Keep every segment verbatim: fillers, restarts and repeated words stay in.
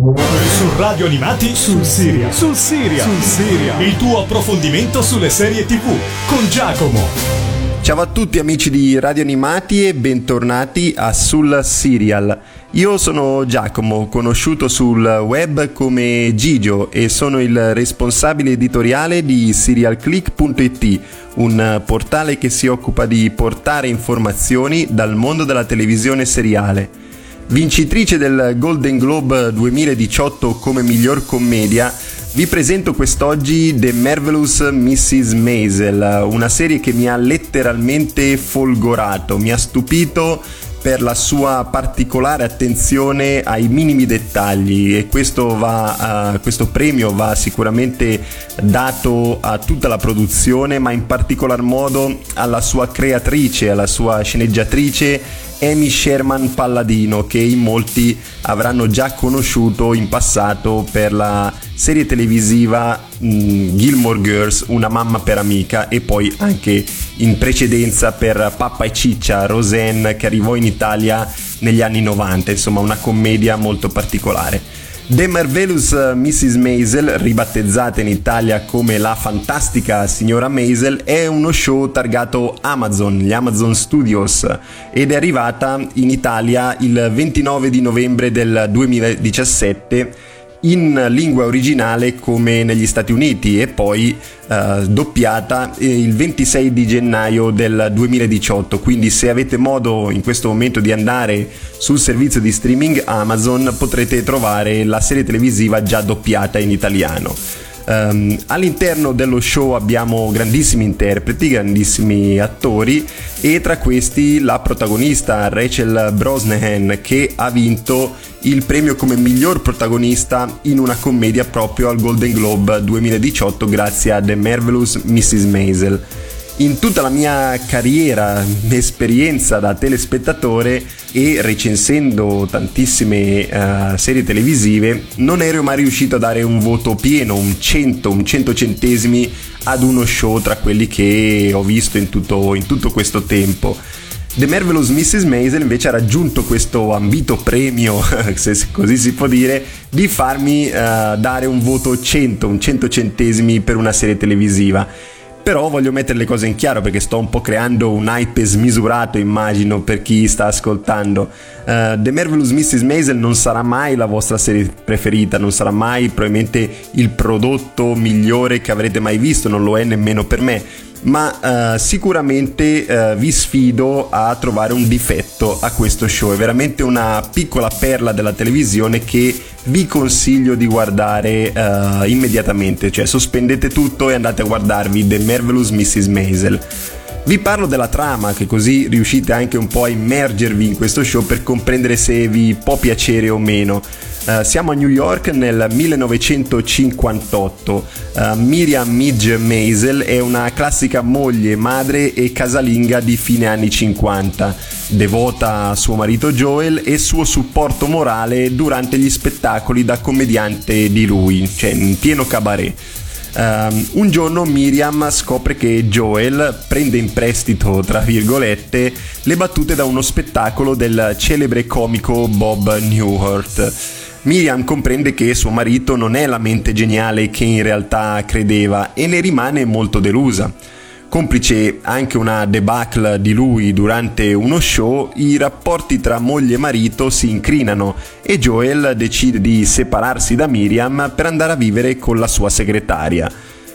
Su Radio Animati sul Siria. Sul Siria. Sul Siria. Il tuo approfondimento sulle serie tivù con Giacomo. Ciao a tutti amici di Radio Animati e bentornati a Sul Serial. Io sono Giacomo, conosciuto sul web come Gigio, e sono il responsabile editoriale di serial click punto it, un portale che si occupa di portare informazioni dal mondo della televisione seriale. Vincitrice del Golden Globe duemiladiciotto come miglior commedia, vi presento quest'oggi The Marvelous missus Maisel, una serie che mi ha letteralmente folgorato, mi ha stupito per la sua particolare attenzione ai minimi dettagli, e questo, va, uh, questo premio va sicuramente dato a tutta la produzione, ma in particolar modo alla sua creatrice, alla sua sceneggiatrice Amy Sherman Palladino, che in molti avranno già conosciuto in passato per la serie televisiva mh, Gilmore Girls, Una mamma per amica, e poi anche in precedenza per Pappa e Ciccia, Roseanne, che arrivò in Italia negli anni novanta, insomma una commedia molto particolare. The Marvelous missus Maisel, ribattezzata in Italia come La fantastica signora Maisel, è uno show targato Amazon, gli Amazon Studios, ed è arrivata in Italia il ventinove di novembre del duemiladiciassette in lingua originale come negli Stati Uniti, e poi uh, doppiata il ventisei di gennaio del duemiladiciotto. Quindi se avete modo in questo momento di andare sul servizio di streaming Amazon, potrete trovare la serie televisiva già doppiata in italiano. Um, all'interno dello show abbiamo grandissimi interpreti, grandissimi attori, e tra questi la protagonista Rachel Brosnahan, che ha vinto il premio come miglior protagonista in una commedia proprio al Golden Globe duemiladiciotto grazie a The Marvelous missus Maisel. In tutta la mia carriera, esperienza da telespettatore e recensendo tantissime uh, serie televisive, non ero mai riuscito a dare un voto pieno, un cento, un cento centesimi ad uno show tra quelli che ho visto in tutto, in tutto questo tempo. The Marvelous missus Maisel invece ha raggiunto questo ambito premio, se così si può dire, di farmi uh, dare un voto cento, un cento centesimi per una serie televisiva. Però voglio mettere le cose in chiaro, perché sto un po' creando un hype smisurato, immagino, per chi sta ascoltando. uh, The Marvelous missus Maisel non sarà mai la vostra serie preferita, non sarà mai probabilmente il prodotto migliore che avrete mai visto, non lo è nemmeno per me, ma uh, sicuramente uh, vi sfido a trovare un difetto a questo show. È veramente una piccola perla della televisione che vi consiglio di guardare uh, immediatamente, cioè sospendete tutto e andate a guardarvi The Marvelous missus Maisel. Vi parlo della trama, che così riuscite anche un po' a immergervi in questo show per comprendere se vi può piacere o meno. Uh, siamo a New York nel millenovecentocinquantotto. Uh, Miriam Midge Maisel è una classica moglie, madre e casalinga di fine anni cinquanta, devota a suo marito Joel e suo supporto morale durante gli spettacoli da commediante di lui, cioè in pieno cabaret. Um, un giorno Miriam scopre che Joel prende in prestito, tra virgolette, le battute da uno spettacolo del celebre comico Bob Newhart. Miriam comprende che suo marito non è la mente geniale che in realtà credeva, e ne rimane molto delusa. Complice anche una debacle di lui durante uno show, i rapporti tra moglie e marito si incrinano e Joel decide di separarsi da Miriam per andare a vivere con la sua segretaria.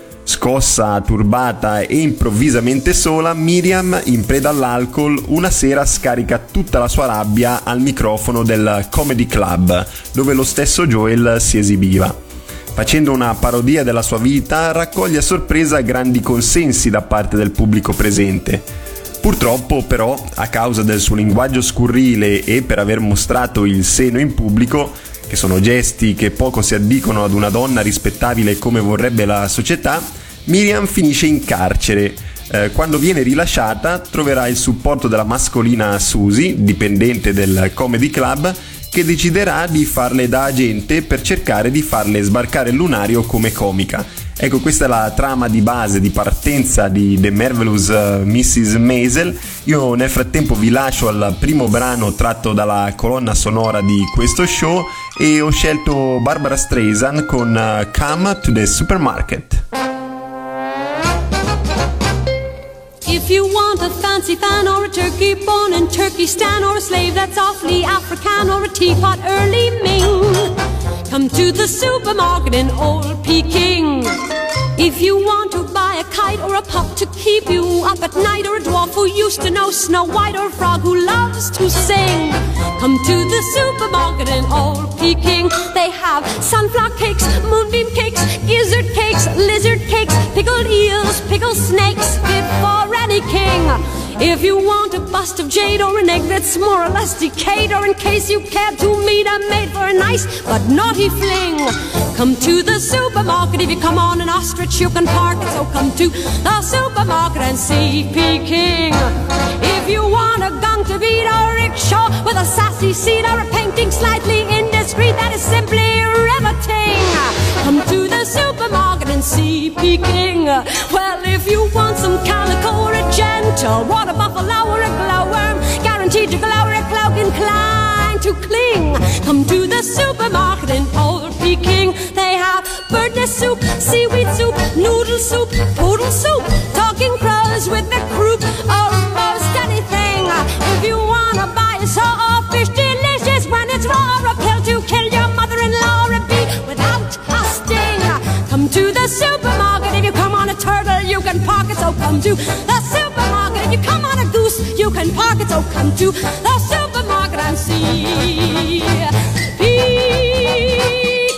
Scossa, turbata e improvvisamente sola, Miriam, in preda all'alcol, una sera scarica tutta la sua rabbia al microfono del Comedy Club, dove lo stesso Joel si esibiva. Facendo una parodia della sua vita, raccoglie a sorpresa grandi consensi da parte del pubblico presente. Purtroppo, però, a causa del suo linguaggio scurrile e per aver mostrato il seno in pubblico, che sono gesti che poco si addicono ad una donna rispettabile come vorrebbe la società, Miriam finisce in carcere. Eh, quando viene rilasciata, troverà il supporto della mascolina Susie, dipendente del Comedy Club, che deciderà di farle da agente per cercare di farle sbarcare il lunario come comica, Ecco, questa è la trama di base, di partenza di The Marvelous missus Maisel. Io nel frattempo vi lascio al primo brano tratto dalla colonna sonora di questo show e ho scelto Barbara Streisand con Come to the Supermarket. If you want a fancy fan or a turkey born in Turkestan, or a slave that's awfully African, or a teapot early Ming, come to the supermarket in Old Peking. If you want to buy a kite or a pup to keep you up at night, or a dwarf who used to know Snow White, or a frog who loves to sing, come to the supermarket in Old Peking. They have sunflower cakes, moonbeam cakes, gizzard cakes, lizard cakes, pickled eels, pickled snakes, fit for any king. If you want a bust of jade or an egg that's more or less decayed, or in case you care to meet a maid for a nice but naughty fling, come to the supermarket. If you come on an ostrich you can park it, so come to the supermarket and see Peking. If you want a gong to beat, or a rickshaw with a sassy seat, or a painting slightly indiscreet that is simply riveting, come to the supermarket and see Peking. Well, if you want some calico or a gentle water buffalo or a glowworm, guaranteed to glow, or a cloak inclined to cling, come to the supermarket in Old Peking. They have bird nest soup, seaweed soup, noodle soup, poodle soup, talking crows with the croup, almost anything. If you wanna buy a sawfish delicious when it's raw, or a pill to kill your mother-in-law, or a bee without a sting, come to the supermarket. If you come on a turtle you can park it, so come to the supermarket. If you come on a goose you can park it, so come to the supermarket and see Peking.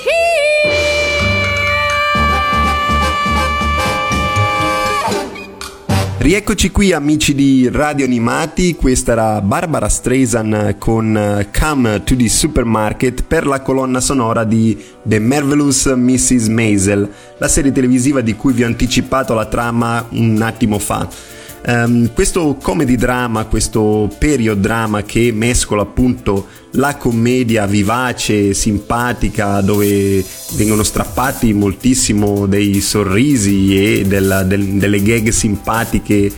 Rieccoci qui amici di Radio Animati, questa era Barbara Streisand con Come to the Supermarket per la colonna sonora di The Marvelous missus Maisel, la serie televisiva di cui vi ho anticipato la trama un attimo fa. Um, questo comedy drama, questo period drama che mescola appunto la commedia vivace, simpatica, dove vengono strappati moltissimo dei sorrisi e del, del, delle gag simpatiche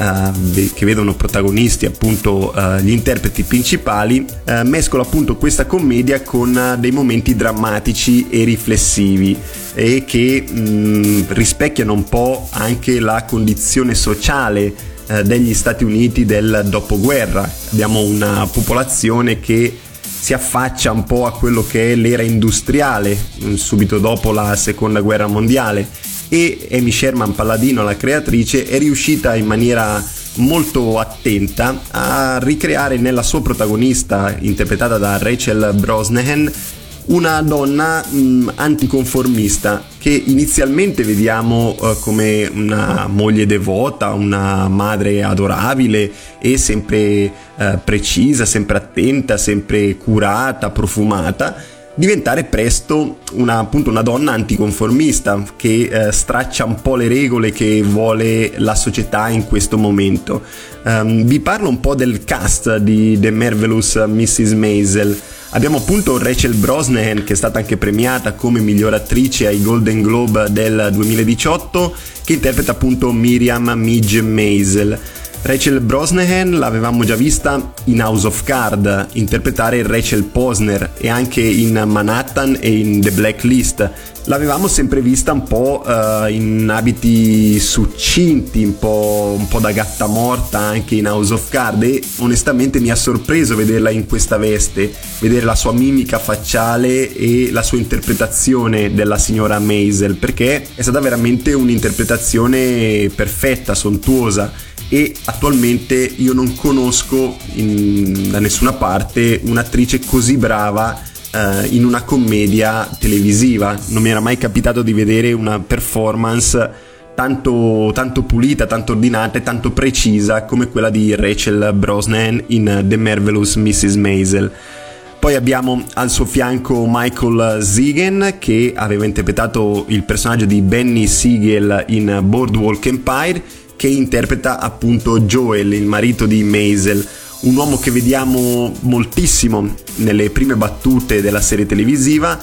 uh, che vedono protagonisti appunto uh, gli interpreti principali, uh, mescola appunto questa commedia con uh, dei momenti drammatici e riflessivi e che mh, rispecchiano un po' anche la condizione sociale eh, degli Stati Uniti del dopoguerra. Abbiamo una popolazione che si affaccia un po' a quello che è l'era industriale mh, subito dopo la seconda guerra mondiale, e Amy Sherman Palladino, la creatrice, è riuscita in maniera molto attenta a ricreare nella sua protagonista, interpretata da Rachel Brosnahan, una donna mh, anticonformista che inizialmente vediamo uh, come una moglie devota, una madre adorabile e sempre uh, precisa, sempre attenta, sempre curata, profumata, diventare presto una, appunto, una donna anticonformista che uh, straccia un po' le regole che vuole la società in questo momento. Um, vi parlo un po' del cast di The Marvelous missus Maisel. Abbiamo appunto Rachel Brosnahan, che è stata anche premiata come miglior attrice ai Golden Globe del duemiladiciotto, che interpreta appunto Miriam Midge Maisel. Rachel Brosnahan l'avevamo già vista in House of Cards interpretare Rachel Posner, e anche in Manhattan e in The Blacklist. L'avevamo sempre vista un po' uh, in abiti succinti, un po', un po' da gatta morta anche in House of Cards, e onestamente mi ha sorpreso vederla in questa veste, vedere la sua mimica facciale e la sua interpretazione della signora Maisel, perché è stata veramente un'interpretazione perfetta, sontuosa, e attualmente io non conosco in, da nessuna parte un'attrice così brava uh, in una commedia televisiva. Non mi era mai capitato di vedere una performance tanto, tanto pulita, tanto ordinata e tanto precisa come quella di Rachel Brosnahan in The Marvelous missus Maisel. Poi abbiamo al suo fianco Michael Ziegen, che aveva interpretato il personaggio di Benny Siegel in Boardwalk Empire, che interpreta appunto Joel, il marito di Maisel, un uomo che vediamo moltissimo nelle prime battute della serie televisiva,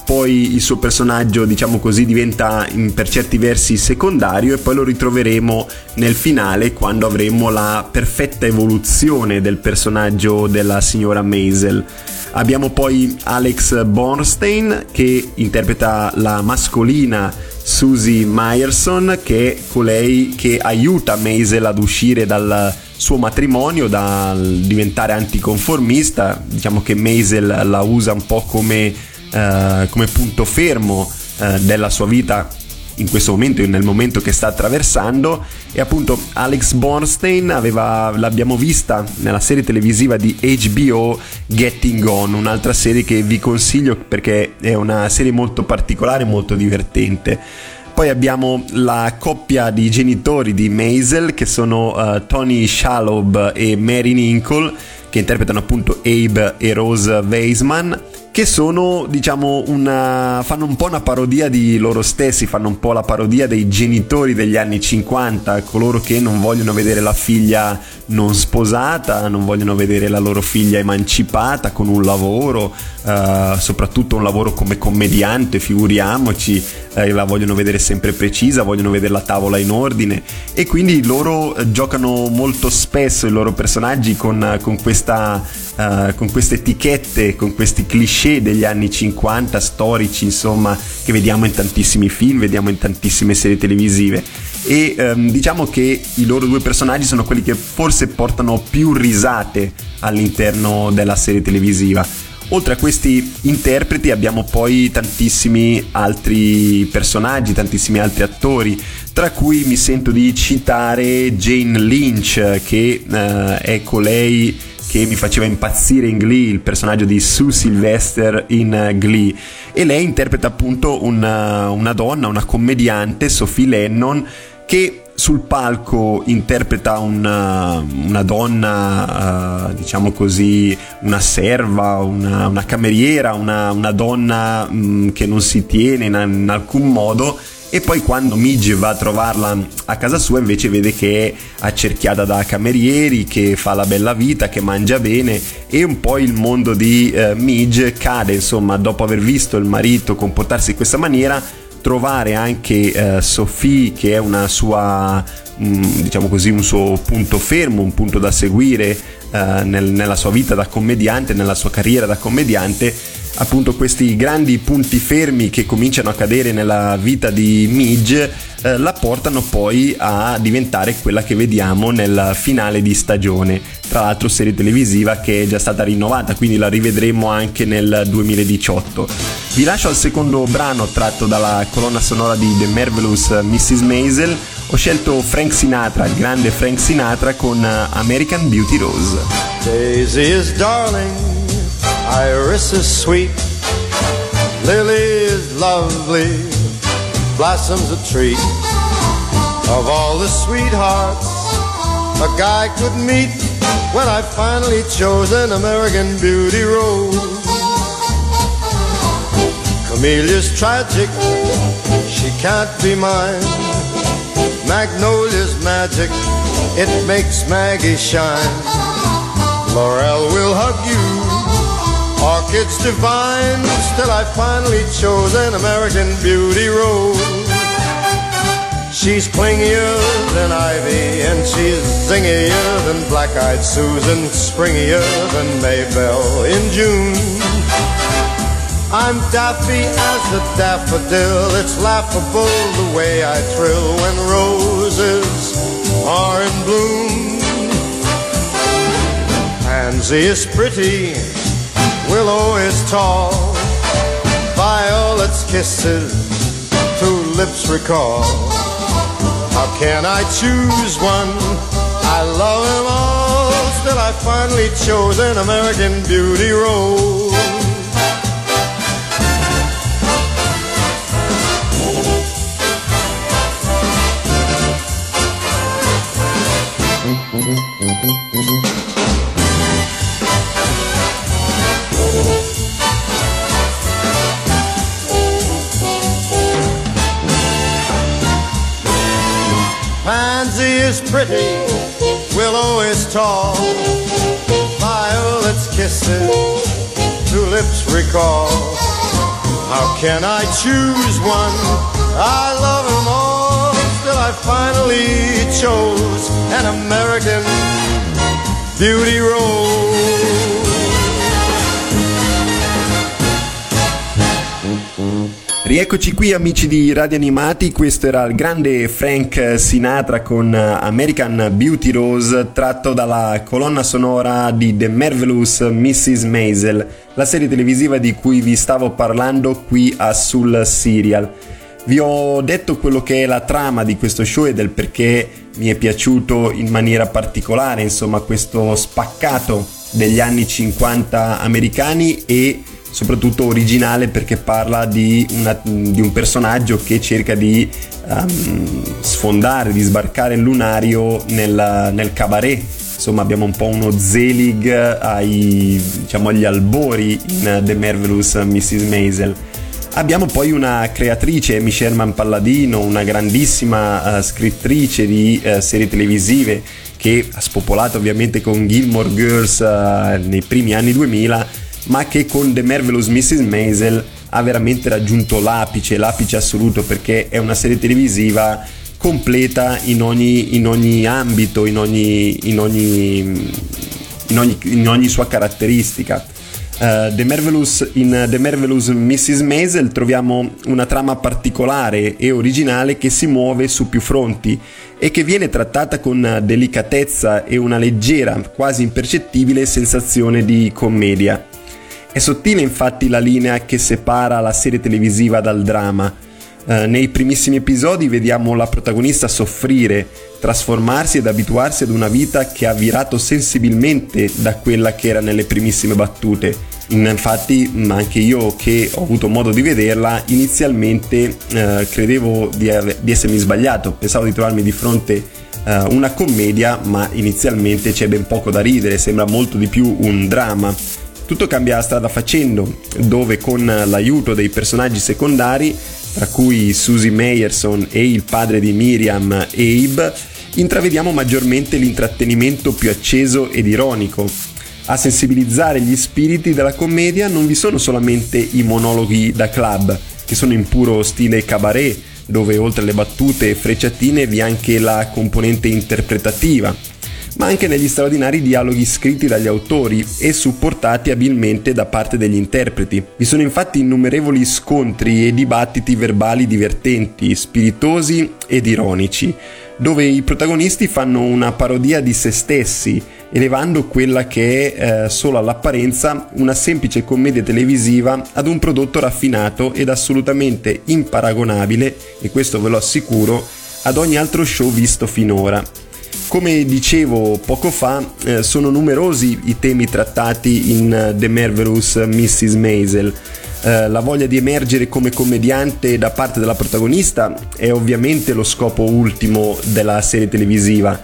poi il suo personaggio, diciamo così, diventa in, per certi versi secondario, e poi lo ritroveremo nel finale quando avremo la perfetta evoluzione del personaggio della signora Maisel. Abbiamo poi Alex Borstein che interpreta la mascolina Susie Meyerson, che è colei che aiuta Maisel ad uscire dal suo matrimonio, dal diventare anticonformista. Diciamo che Maisel la usa un po' come, uh, come punto fermo uh, della sua vita in questo momento, nel momento che sta attraversando. E appunto Alex Borstein aveva, l'abbiamo vista nella serie televisiva di H B O Getting On, un'altra serie che vi consiglio perché è una serie molto particolare, molto divertente. Poi abbiamo la coppia di genitori di Maisel, che sono uh, Tony Shalhoub e Mary Nichol, che interpretano appunto Abe e Rose Weisman, che sono, diciamo, una fanno un po' una parodia di loro stessi, fanno un po' la parodia dei genitori degli anni cinquanta, coloro che non vogliono vedere la figlia non sposata, non vogliono vedere la loro figlia emancipata con un lavoro, eh, soprattutto un lavoro come commediante, figuriamoci, eh, la vogliono vedere sempre precisa, vogliono vedere la tavola in ordine, e quindi loro eh, giocano molto spesso i loro personaggi con, con questa uh, con queste etichette, con questi cliché degli anni cinquanta storici, insomma, che vediamo in tantissimi film, vediamo in tantissime serie televisive. E um, diciamo che i loro due personaggi sono quelli che forse portano più risate all'interno della serie televisiva. Oltre a questi interpreti abbiamo poi tantissimi altri personaggi, tantissimi altri attori, tra cui mi sento di citare Jane Lynch, che uh, è colei che mi faceva impazzire in Glee, il personaggio di Sue Sylvester in Glee, e lei interpreta appunto una, una donna, una commediante, Sophie Lennon, che sul palco interpreta una, una donna, uh, diciamo così, una serva, una, una cameriera, una, una donna mh, che non si tiene in, in alcun modo, e poi quando Midge va a trovarla a casa sua invece vede che è accerchiata da camerieri, che fa la bella vita, che mangia bene, e un po' il mondo di uh, Midge cade, insomma, dopo aver visto il marito comportarsi in questa maniera. Trovare anche uh, Sophie, che è una sua, mh, diciamo così, un suo punto fermo, un punto da seguire uh, nel, nella sua vita da commediante, nella sua carriera da commediante. Appunto questi grandi punti fermi che cominciano a cadere nella vita di Midge eh, la portano poi a diventare quella che vediamo nel finale di stagione, tra l'altro serie televisiva che è già stata rinnovata, quindi la rivedremo anche nel duemiladiciotto. Vi lascio al secondo brano tratto dalla colonna sonora di The Marvelous missus Maisel. Ho scelto Frank Sinatra, il grande Frank Sinatra, con American Beauty Rose. Daisy is darling, Iris is sweet, Lily is lovely, Blossom's a treat. Of all the sweethearts a guy could meet, when I finally chose an American Beauty Rose. Camelia's tragic, she can't be mine. Magnolia's magic, it makes Maggie shine. Laurel will hug you, orchids divine, still I finally chose an American Beauty Rose. She's clingier than ivy, and she's zingier than black-eyed Susan, springier than Maybelle in June. I'm daffy as a daffodil, it's laughable the way I thrill when roses are in bloom. Pansy is pretty, willow is tall, violet's kisses tulips recall. How can I choose one? I love them all, still I finally chose an American Beauty Rose. Pansy is pretty, willow is tall, violet's kisses tulips recall. How can I choose one? I love them all. Still I finally chose an American Beauty role. Rieccoci qui amici di Radio Animati, questo era il grande Frank Sinatra con American Beauty Rose, tratto dalla colonna sonora di The Marvelous missus Maisel, la serie televisiva di cui vi stavo parlando qui a Sul Serial. Vi ho detto quello che è la trama di questo show e del perché mi è piaciuto in maniera particolare, insomma, questo spaccato degli anni cinquanta americani e soprattutto originale perché parla di, una, di un personaggio che cerca di um, sfondare, di sbarcare il lunario nel, nel cabaret. Insomma, abbiamo un po' uno Zelig ai, diciamo, agli albori in The Marvelous missus Maisel. Abbiamo poi una creatrice, Amy Sherman Palladino, una grandissima uh, scrittrice di uh, serie televisive che ha spopolato ovviamente con Gilmore Girls uh, nei primi anni duemila, ma che con The Marvelous missus Maisel ha veramente raggiunto l'apice, l'apice assoluto, perché è una serie televisiva completa in ogni, in ogni ambito, in ogni, in ogni, in ogni, in ogni sua caratteristica. Uh, The Marvelous, in The Marvelous missus Maisel troviamo una trama particolare e originale che si muove su più fronti e che viene trattata con delicatezza e una leggera, quasi impercettibile sensazione di commedia. È sottile infatti la linea che separa la serie televisiva dal dramma. Eh, nei primissimi episodi vediamo la protagonista soffrire, trasformarsi ed abituarsi ad una vita che ha virato sensibilmente da quella che era nelle primissime battute. Infatti anche io che ho avuto modo di vederla inizialmente eh, credevo di, ave- di essermi sbagliato, pensavo di trovarmi di fronte a eh, una commedia, ma inizialmente c'è ben poco da ridere, sembra molto di più un dramma. Tutto cambia strada facendo, dove con l'aiuto dei personaggi secondari, tra cui Susie Meyerson e il padre di Miriam, Abe, intravediamo maggiormente l'intrattenimento più acceso ed ironico. A sensibilizzare gli spiriti della commedia non vi sono solamente i monologhi da club, che sono in puro stile cabaret, dove oltre alle battute e frecciatine vi è anche la componente interpretativa, ma anche negli straordinari dialoghi scritti dagli autori e supportati abilmente da parte degli interpreti. Vi sono infatti innumerevoli scontri e dibattiti verbali divertenti, spiritosi ed ironici, dove i protagonisti fanno una parodia di se stessi, elevando quella che è eh, solo all'apparenza una semplice commedia televisiva ad un prodotto raffinato ed assolutamente imparagonabile, e questo ve lo assicuro, ad ogni altro show visto finora. Come dicevo poco fa, eh, sono numerosi i temi trattati in uh, The Marvelous missus Maisel. Uh, la voglia di emergere come commediante da parte della protagonista è ovviamente lo scopo ultimo della serie televisiva,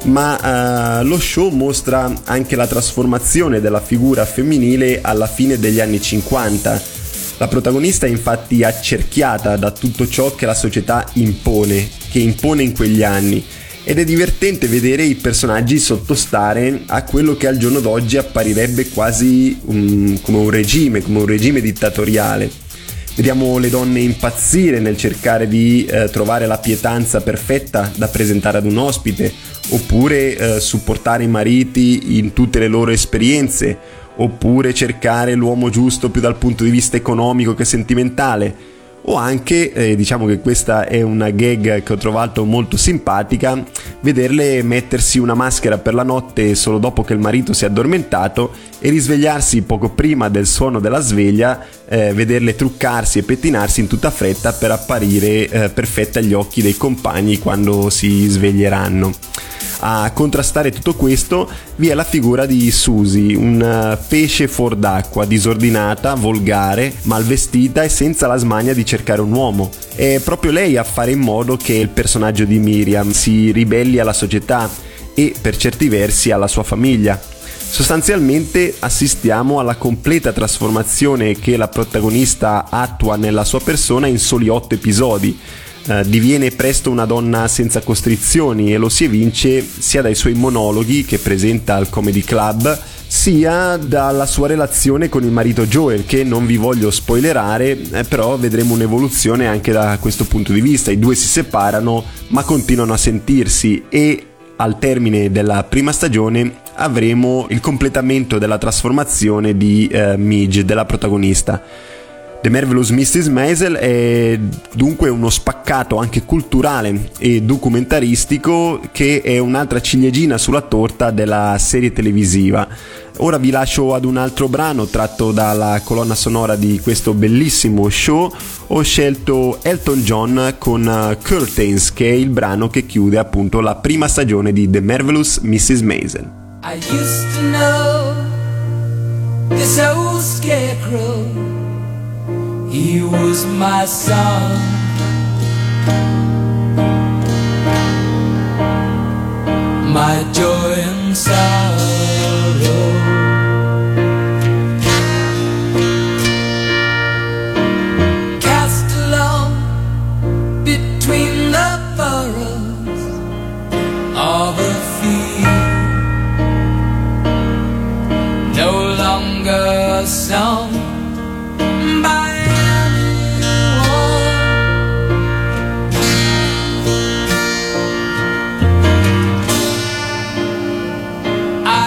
ma uh, lo show mostra anche la trasformazione della figura femminile alla fine degli anni cinquanta. La protagonista è infatti accerchiata da tutto ciò che la società impone, che impone in quegli anni, ed è divertente vedere i personaggi sottostare a quello che al giorno d'oggi apparirebbe quasi um, come un regime, come un regime dittatoriale. Vediamo le donne impazzire nel cercare di eh, trovare la pietanza perfetta da presentare ad un ospite, oppure eh, supportare i mariti in tutte le loro esperienze, oppure cercare l'uomo giusto più dal punto di vista economico che sentimentale. O anche, eh, diciamo che questa è una gag che ho trovato molto simpatica, vederle mettersi una maschera per la notte solo dopo che il marito si è addormentato e risvegliarsi poco prima del suono della sveglia, eh, vederle truccarsi e pettinarsi in tutta fretta per apparire eh, perfette agli occhi dei compagni quando si sveglieranno. A contrastare tutto questo vi è la figura di Susie, un pesce fuor d'acqua, disordinata, volgare, mal vestita e senza la smania di cercare un uomo. È proprio lei a fare in modo che il personaggio di Miriam si ribelli alla società e, per certi versi, alla sua famiglia. Sostanzialmente assistiamo alla completa trasformazione che la protagonista attua nella sua persona in soli otto episodi. Uh, diviene presto una donna senza costrizioni e lo si evince sia dai suoi monologhi che presenta al Comedy Club, sia dalla sua relazione con il marito Joel, che non vi voglio spoilerare, eh, però vedremo un'evoluzione anche da questo punto di vista. I due si separano ma continuano a sentirsi, e al termine della prima stagione avremo il completamento della trasformazione di eh, Midge, della protagonista. The Marvelous missus Maisel è dunque uno spaccato anche culturale e documentaristico, che è un'altra ciliegina sulla torta della serie televisiva. Ora vi lascio ad un altro brano tratto dalla colonna sonora di questo bellissimo show. Ho scelto Elton John con Curtains, che è il brano che chiude appunto la prima stagione di The Marvelous missus Maisel. I used to know this old scarecrow. He was my son. My joy and sorrow. Cast along between the furrows of a field. No longer a song by I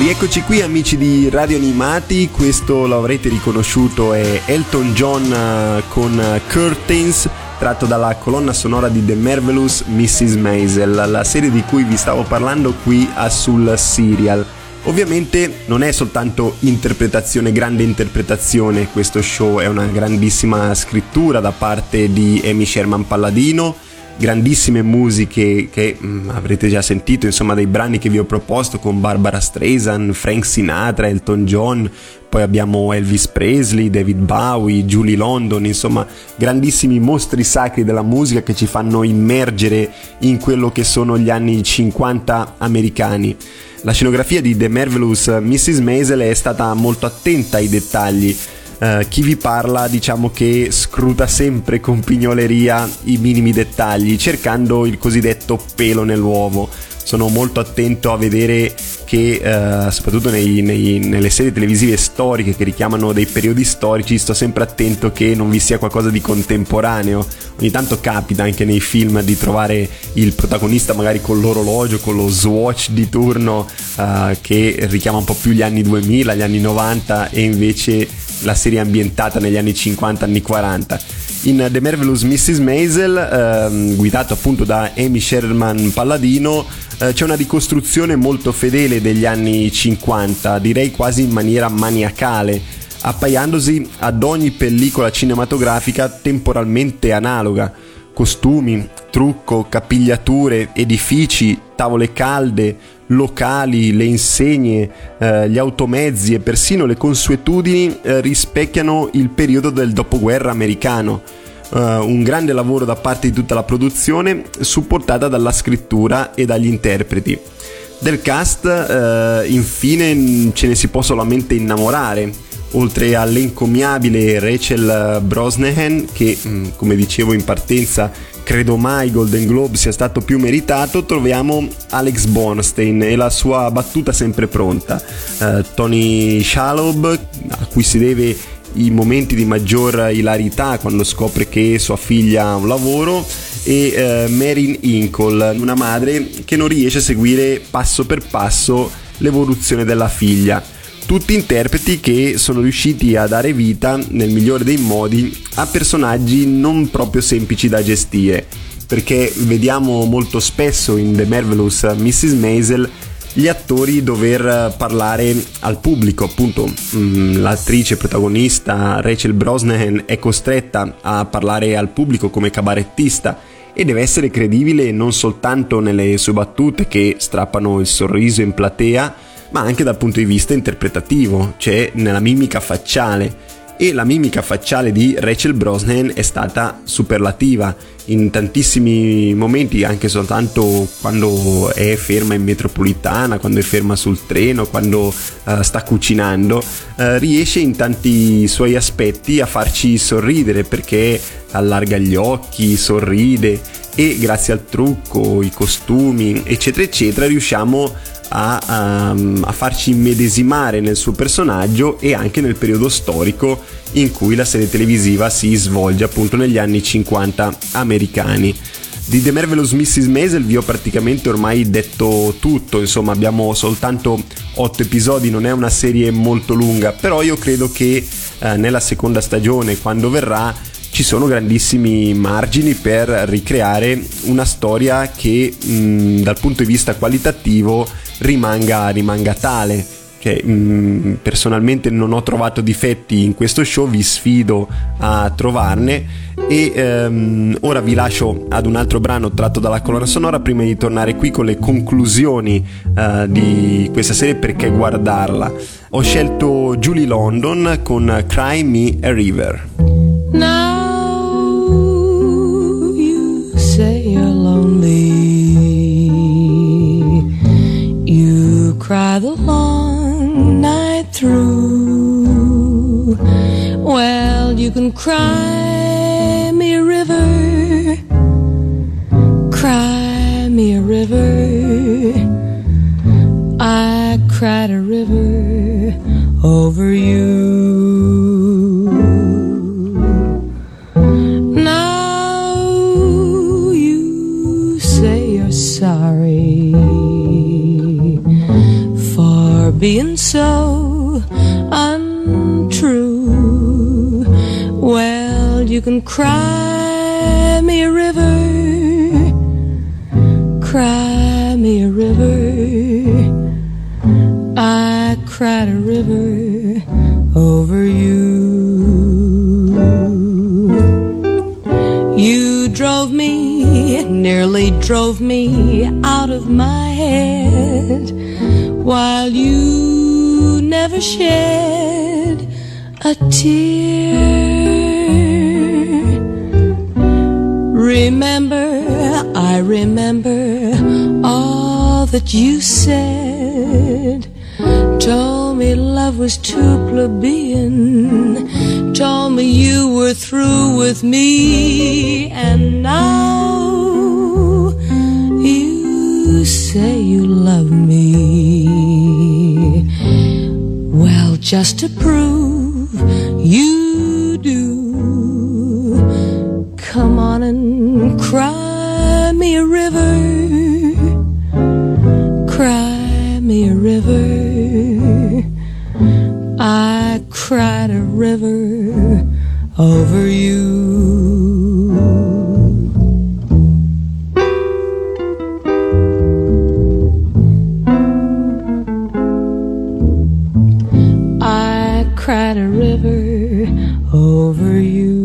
Rieccoci qui amici di Radio Animati, questo lo avrete riconosciuto, è Elton John con Curtains, tratto dalla colonna sonora di The Marvelous missus Maisel, la serie di cui vi stavo parlando qui a Sul Serial. Ovviamente non è soltanto interpretazione, grande interpretazione, questo show è una grandissima scrittura da parte di Amy Sherman Palladino, grandissime musiche che mh, avrete già sentito, insomma, dei brani che vi ho proposto con Barbara Streisand, Frank Sinatra, Elton John, poi abbiamo Elvis Presley, David Bowie, Julie London, insomma grandissimi mostri sacri della musica che ci fanno immergere in quello che sono gli anni cinquanta americani. La scenografia di The Marvelous missus Maisel è stata molto attenta ai dettagli. Uh, chi vi parla diciamo che scruta sempre con pignoleria i minimi dettagli, cercando il cosiddetto pelo nell'uovo. Sono molto attento a vedere che uh, soprattutto nei, nei, nelle serie televisive storiche che richiamano dei periodi storici, sto sempre attento che non vi sia qualcosa di contemporaneo. Ogni tanto capita anche nei film di trovare il protagonista magari con l'orologio, con lo Swatch di turno, uh, che richiama un po' più gli anni duemila, gli anni novanta, e invece la serie è ambientata negli anni cinquanta, anni quaranta. In The Marvelous missus Maisel, ehm, guidato appunto da Amy Sherman Palladino, eh, c'è una ricostruzione molto fedele degli anni cinquanta, direi quasi in maniera maniacale, appaiandosi ad ogni pellicola cinematografica temporalmente analoga. Costumi, trucco, capigliature, edifici, tavole calde, locali, le insegne, eh, gli automezzi e persino le consuetudini eh, rispecchiano il periodo del dopoguerra americano. Uh, un grande lavoro da parte di tutta la produzione, supportata dalla scrittura e dagli interpreti. Del cast, uh, infine, ce ne si può solamente innamorare. Oltre all'encomiabile Rachel Brosnahan, che come dicevo in partenza credo mai Golden Globe sia stato più meritato, troviamo Alex Borstein e la sua battuta sempre pronta, uh, Tony Shalhoub, a cui si deve i momenti di maggior ilarità quando scopre che sua figlia ha un lavoro, e eh, Marin Inkle, una madre che non riesce a seguire passo per passo l'evoluzione della figlia. Tutti interpreti che sono riusciti a dare vita, nel migliore dei modi, a personaggi non proprio semplici da gestire, perché vediamo molto spesso in The Marvelous missus Maisel gli attori dover parlare al pubblico. Appunto mh, l'attrice protagonista Rachel Brosnahan è costretta a parlare al pubblico come cabarettista e deve essere credibile non soltanto nelle sue battute che strappano il sorriso in platea, ma anche dal punto di vista interpretativo, cioè nella mimica facciale. E la mimica facciale di Rachel Brosnahan è stata superlativa in tantissimi momenti, anche soltanto quando è ferma in metropolitana, quando è ferma sul treno, quando uh, sta cucinando, uh, riesce in tanti suoi aspetti a farci sorridere, perché allarga gli occhi, sorride, e grazie al trucco, i costumi, eccetera eccetera, riusciamo A, a, a farci immedesimare nel suo personaggio e anche nel periodo storico in cui la serie televisiva si svolge, appunto negli anni cinquanta americani. Di The Marvelous missus Maisel vi ho praticamente ormai detto tutto, insomma abbiamo soltanto otto episodi, non è una serie molto lunga, però io credo che eh, nella seconda stagione, quando verrà, ci sono grandissimi margini per ricreare una storia che mh, dal punto di vista qualitativo rimanga, rimanga tale. Cioè, mh, personalmente non ho trovato difetti in questo show, vi sfido a trovarne, e ehm, ora vi lascio ad un altro brano tratto dalla colonna sonora prima di tornare qui con le conclusioni uh, di questa serie, perché guardarla. Ho scelto Julie London con Cry Me a River. Now you say you're lonely, you cry the long night through. Well, you can cry me a river, cry me a river. I cried a river over you. Sorry for being so untrue. Well, you can cry me a river, cry me a river. I cried a river over you. You drove me, nearly drove me out of my head, while you never shed a tear. Remember, I remember all that you said. Told me love was too plebeian, told me you were through with me, and now you say you love me. Well, just to prove you do, come on and cry me a river, cry me a river. I cried a river over you. I cried a river over you.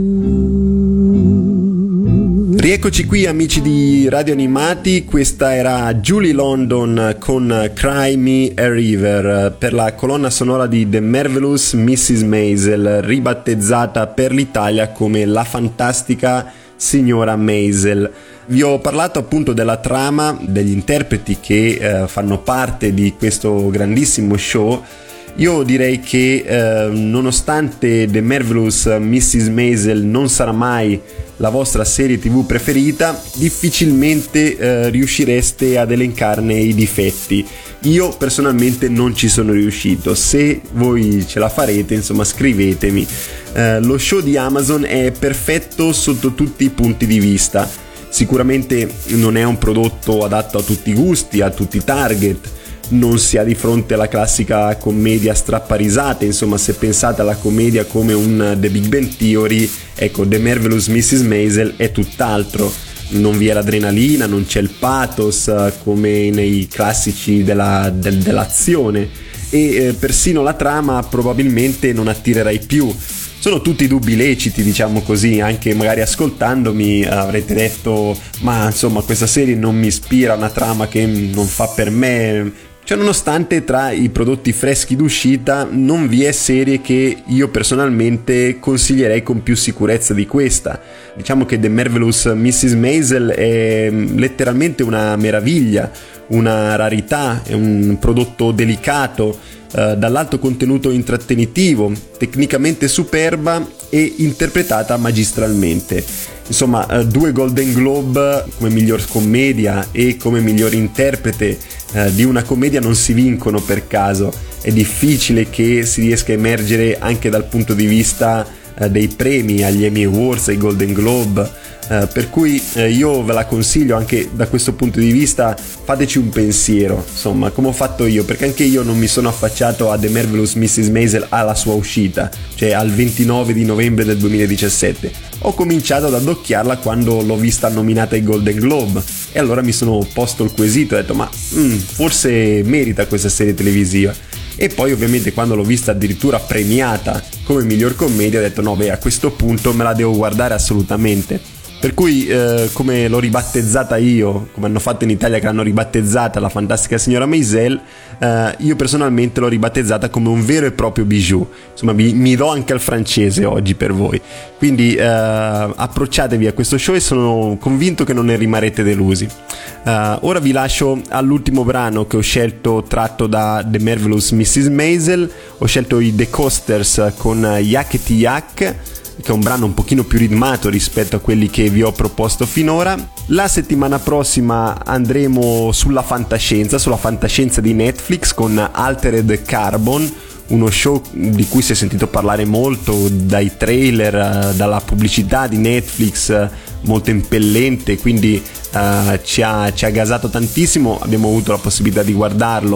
Rieccoci qui amici di Radio Animati, questa era Julie London con Cry Me a River per la colonna sonora di The Marvelous missus Maisel, ribattezzata per l'Italia come La Fantastica Signora Maisel. Vi ho parlato appunto della trama, degli interpreti che eh, fanno parte di questo grandissimo show. Io direi che eh, nonostante The Marvelous missus Maisel non sarà mai la vostra serie tv preferita, difficilmente eh, riuscireste ad elencarne i difetti. Io personalmente non ci sono riuscito. Se voi ce la farete, insomma, scrivetemi. Eh, lo show di Amazon è perfetto sotto tutti i punti di vista. Sicuramente non è un prodotto adatto a tutti i gusti, a tutti i target. Non si ha di fronte alla classica commedia strapparisate, insomma, se pensate alla commedia come un The Big Bang Theory, ecco, The Marvelous missus Maisel è tutt'altro. Non vi è l'adrenalina, non c'è il pathos come nei classici della, del, dell'azione, e eh, persino la trama probabilmente non attirerai più. Sono tutti dubbi leciti, diciamo così. Anche magari ascoltandomi avrete detto ma insomma questa serie non mi ispira, una trama che non fa per me. Cioè, nonostante tra i prodotti freschi d'uscita non vi è serie che io personalmente consiglierei con più sicurezza di questa. Diciamo che The Marvelous missus Maisel è letteralmente una meraviglia, una rarità, è un prodotto delicato, eh, dall'alto contenuto intrattenitivo, tecnicamente superba e interpretata magistralmente. Insomma, eh, due Golden Globe come miglior commedia e come miglior interprete eh, di una commedia non si vincono per caso. È difficile che si riesca a emergere anche dal punto di vista eh, dei premi agli Emmy Awards, ai Golden Globe. Uh, per cui uh, io ve la consiglio anche da questo punto di vista. Fateci un pensiero, insomma, come ho fatto io, perché anche io non mi sono affacciato a The Marvelous missus Maisel alla sua uscita, cioè al ventinove di novembre del duemiladiciassette. Ho cominciato ad addocchiarla quando l'ho vista nominata ai Golden Globe, e allora mi sono posto il quesito e ho detto ma mm, forse merita questa serie televisiva. E poi ovviamente quando l'ho vista addirittura premiata come miglior commedia ho detto no beh, a questo punto me la devo guardare assolutamente. Per cui eh, come l'ho ribattezzata io, come hanno fatto in Italia che l'hanno ribattezzata La Fantastica Signora Maisel, eh, io personalmente l'ho ribattezzata come un vero e proprio bijou. Insomma mi, mi do anche al francese oggi per voi. Quindi eh, approcciatevi a questo show e sono convinto che non ne rimarrete delusi. Uh, ora vi lascio all'ultimo brano che ho scelto tratto da The Marvelous missus Maisel. Ho scelto i The Coasters con Yakety Yak, che è un brano un pochino più ritmato rispetto a quelli che vi ho proposto finora. La settimana prossima andremo sulla fantascienza, sulla fantascienza di Netflix con Altered Carbon, uno show di cui si è sentito parlare molto dai trailer, dalla pubblicità di Netflix molto impellente, quindi uh, ci ha, ci ha gasato tantissimo. Abbiamo avuto la possibilità di guardarlo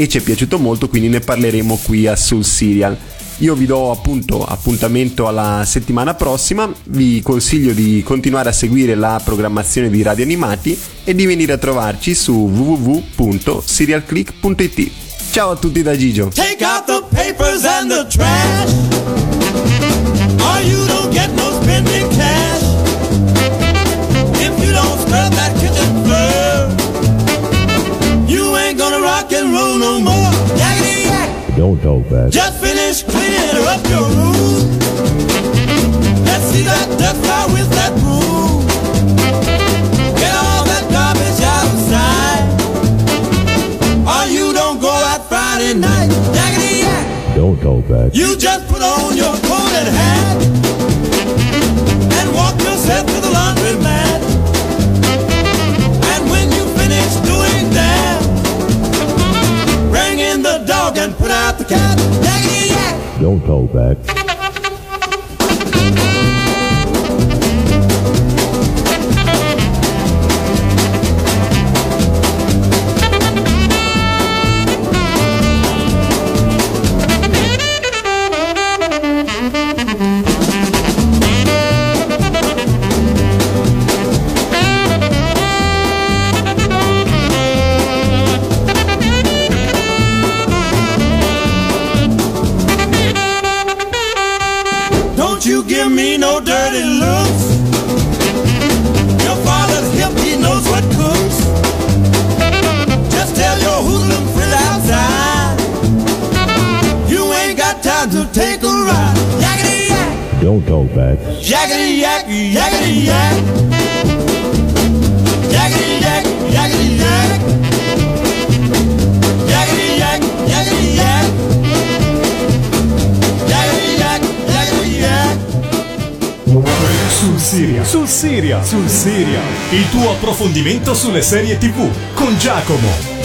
e ci è piaciuto molto, quindi ne parleremo qui a Sul Serial. Io vi do appunto appuntamento alla settimana prossima, vi consiglio di continuare a seguire la programmazione di Radio Animati e di venire a trovarci su w w w punto serial click punto i t. Ciao a tutti da Gigio. Take out the papers and the trash, or you don't get no spending cash. If you don't scrub that kitchen floor, you ain't gonna rock and roll no more. Yakety yak. Don't talk back. Just finish cleaning up your room. Let's see that dust fly with that broom. Get all that garbage outside, or you don't go out Friday night. Yakety yak. Don't talk back. You just put on your coat and hat and walk yourself to the laundromat. And when you finish doing that, bring in the dog and put out the cat. Yakety yak. Don't talk back. You give me no dirty looks. Your father's hip, he knows what cooks. Just tell your hoodlum friend outside, you ain't got time to take a ride. Yakety yak. Don't talk back. Yakety yak, yakety yak. Yakety yak, yakety yak. Yakety yak, yakety yak. Yakety yak, yakety yak. Sul Serial, sul Serial, sul Serial, il tuo approfondimento sulle serie tivù con Giacomo.